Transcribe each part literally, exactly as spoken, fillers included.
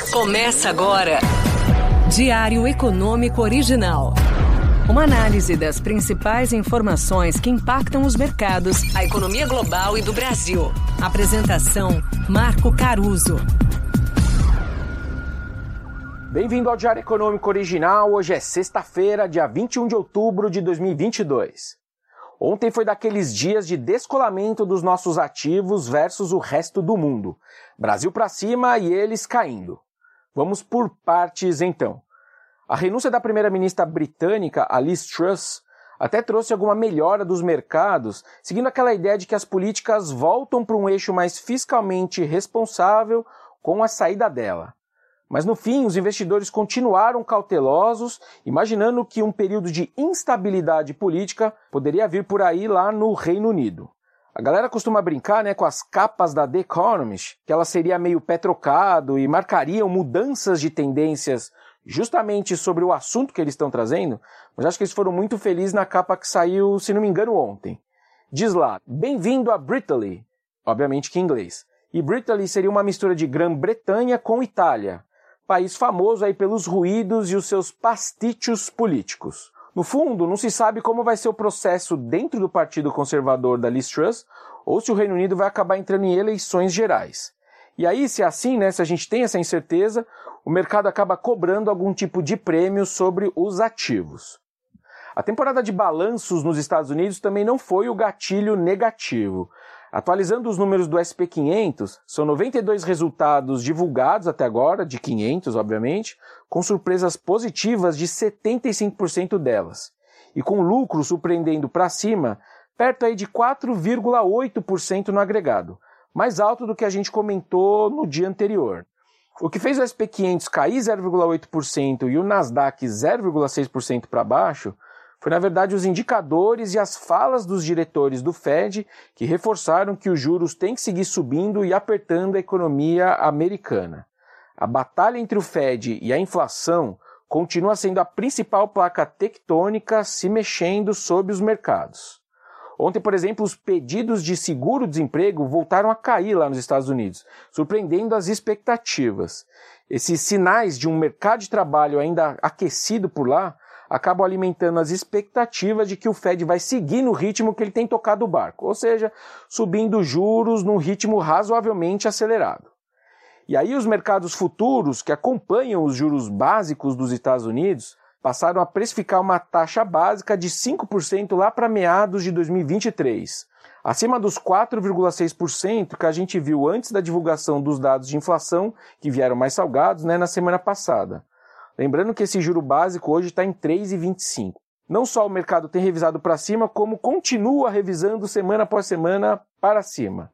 Começa agora. Diário Econômico Original. Uma análise das principais informações que impactam os mercados, a economia global e do Brasil. Apresentação: Marco Caruso. Bem-vindo ao Diário Econômico Original. Hoje é sexta-feira, dia vinte e um de outubro de dois mil e vinte e dois. Ontem foi daqueles dias de descolamento dos nossos ativos versus o resto do mundo. Brasil para cima e eles caindo. Vamos por partes então. A renúncia da primeira-ministra britânica, a Liz Truss, até trouxe alguma melhora dos mercados, seguindo aquela ideia de que as políticas voltam para um eixo mais fiscalmente responsável com a saída dela. Mas no fim, os investidores continuaram cautelosos, imaginando que um período de instabilidade política poderia vir por aí lá no Reino Unido. A galera costuma brincar, né, com as capas da The Economist, que ela seria meio pé trocado e marcariam mudanças de tendências justamente sobre o assunto que eles estão trazendo, mas acho que eles foram muito felizes na capa que saiu, se não me engano, ontem. Diz lá: bem-vindo a Brittany, obviamente que em inglês. E Brittany seria uma mistura de Grã-Bretanha com Itália, país famoso aí pelos ruídos e os seus pastichos políticos. No fundo, não se sabe como vai ser o processo dentro do Partido Conservador da Liz Truss, ou se o Reino Unido vai acabar entrando em eleições gerais. E aí, se é assim, né, se a gente tem essa incerteza, o mercado acaba cobrando algum tipo de prêmio sobre os ativos. A temporada de balanços nos Estados Unidos também não foi o gatilho negativo. Atualizando os números do S and P quinhentos, são noventa e dois resultados divulgados até agora, de quinhentos, obviamente, com surpresas positivas de setenta e cinco por cento delas. E com lucro surpreendendo para cima, perto aí de quatro vírgula oito por cento no agregado, mais alto do que a gente comentou no dia anterior. O que fez o S and P quinhentos cair zero vírgula oito por cento e o Nasdaq zero vírgula seis por cento para baixo foi, na verdade, os indicadores e as falas dos diretores do Fed que reforçaram que os juros têm que seguir subindo e apertando a economia americana. A batalha entre o Fed e a inflação continua sendo a principal placa tectônica se mexendo sob os mercados. Ontem, por exemplo, os pedidos de seguro-desemprego voltaram a cair lá nos Estados Unidos, surpreendendo as expectativas. Esses sinais de um mercado de trabalho ainda aquecido por lá acabam alimentando as expectativas de que o Fed vai seguir no ritmo que ele tem tocado o barco, ou seja, subindo juros num ritmo razoavelmente acelerado. E aí os mercados futuros, que acompanham os juros básicos dos Estados Unidos, passaram a precificar uma taxa básica de cinco por cento lá para meados de dois mil e vinte e três, acima dos quatro vírgula seis por cento que a gente viu antes da divulgação dos dados de inflação, que vieram mais salgados, né, na semana passada. Lembrando que esse juro básico hoje está em três vírgula vinte e cinco. Não só o mercado tem revisado para cima, como continua revisando semana após semana para cima.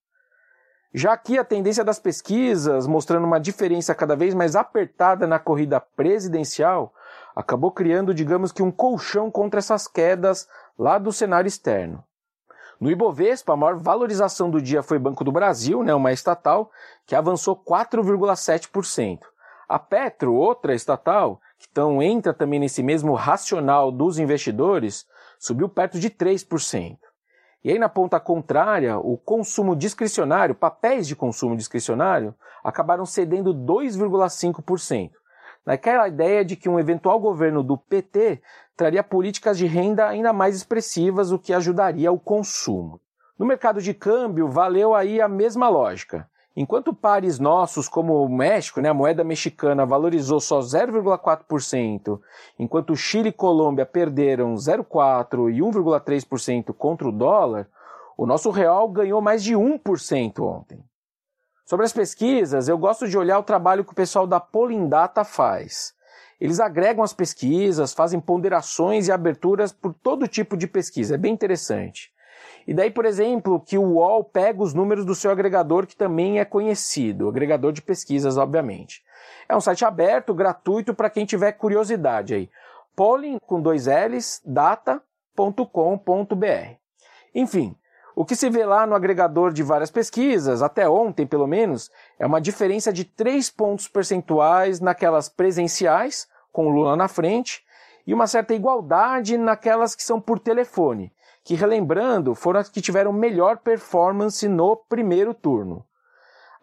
Já aqui a tendência das pesquisas, mostrando uma diferença cada vez mais apertada na corrida presidencial, acabou criando, digamos que, um colchão contra essas quedas lá do cenário externo. No Ibovespa, a maior valorização do dia foi Banco do Brasil, né, uma estatal, que avançou quatro vírgula sete por cento. A Petro, outra estatal, que então entra também nesse mesmo racional dos investidores, subiu perto de três por cento. E aí na ponta contrária, o consumo discricionário, papéis de consumo discricionário, acabaram cedendo dois vírgula cinco por cento. Naquela ideia de que um eventual governo do P T traria políticas de renda ainda mais expressivas, o que ajudaria o consumo. No mercado de câmbio, valeu aí a mesma lógica. Enquanto pares nossos, como o México, né, a moeda mexicana valorizou só zero vírgula quatro por cento, enquanto Chile e Colômbia perderam zero vírgula quatro por cento e um vírgula três por cento contra o dólar, o nosso real ganhou mais de um por cento ontem. Sobre as pesquisas, eu gosto de olhar o trabalho que o pessoal da Polling Data faz. Eles agregam as pesquisas, fazem ponderações e aberturas por todo tipo de pesquisa, é bem interessante. E daí, por exemplo, que o U O L pega os números do seu agregador, que também é conhecido, agregador de pesquisas, obviamente. É um site aberto, gratuito, para quem tiver curiosidade aí. polling, com dois L's, data ponto com ponto b r. Enfim, o que se vê lá no agregador de várias pesquisas, até ontem pelo menos, é uma diferença de três pontos percentuais naquelas presenciais, com o Lula na frente, e uma certa igualdade naquelas que são por telefone, que, relembrando, foram as que tiveram melhor performance no primeiro turno.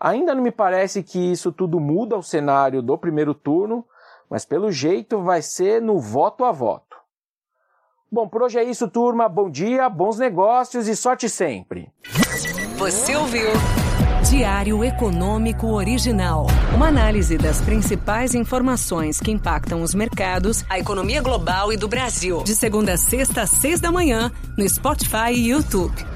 Ainda não me parece que isso tudo muda o cenário do primeiro turno, mas pelo jeito vai ser no voto a voto. Bom, por hoje é isso, turma. Bom dia, bons negócios e sorte sempre. Você ouviu Diário Econômico Original. Uma análise das principais informações que impactam os mercados, a economia global e do Brasil. De segunda a sexta, às seis da manhã, no Spotify e YouTube.